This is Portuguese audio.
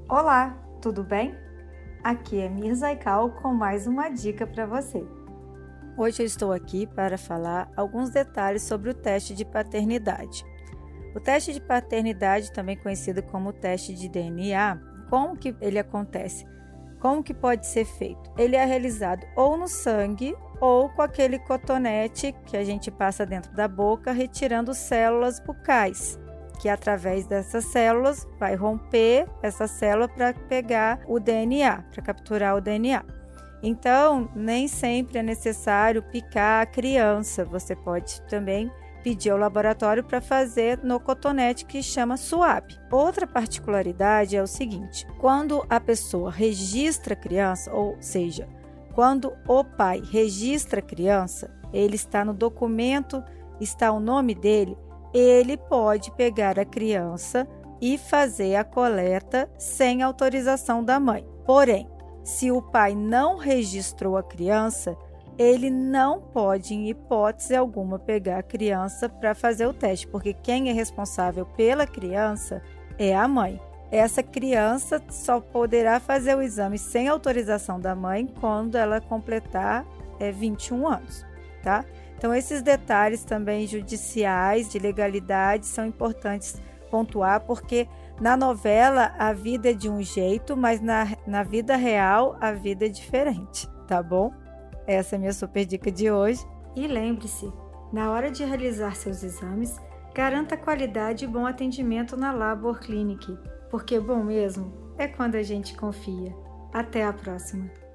Olá, tudo bem? Aqui é Mirza Aikal com mais uma dica para você. Hoje eu estou aqui para falar alguns detalhes sobre o teste de paternidade. O teste de paternidade, também conhecido como teste de DNA, como que ele acontece? Como que pode ser feito? Ele é realizado ou no sangue ou com aquele cotonete que a gente passa dentro da boca, retirando células bucais, que através dessas células vai romper essa célula para pegar o DNA, para capturar o DNA. Então, nem sempre é necessário picar a criança, você pode também pedir ao laboratório para fazer no cotonete que chama SUAB. Outra particularidade é o seguinte: quando a pessoa registra a criança, ou seja, quando o pai registra a criança, ele está no documento, está o nome dele, ele pode pegar a criança e fazer a coleta sem autorização da mãe. Porém, se o pai não registrou a criança, ele não pode, em hipótese alguma, pegar a criança para fazer o teste, porque quem é responsável pela criança é a mãe. Essa criança só poderá fazer o exame sem autorização da mãe quando ela completar 21 anos, tá? Então, esses detalhes também judiciais, de legalidade, são importantes pontuar, porque na novela a vida é de um jeito, mas na vida real a vida é diferente, tá bom? Essa é a minha super dica de hoje. E lembre-se, na hora de realizar seus exames, garanta qualidade e bom atendimento na Labor Clinic, porque bom mesmo é quando a gente confia. Até a próxima!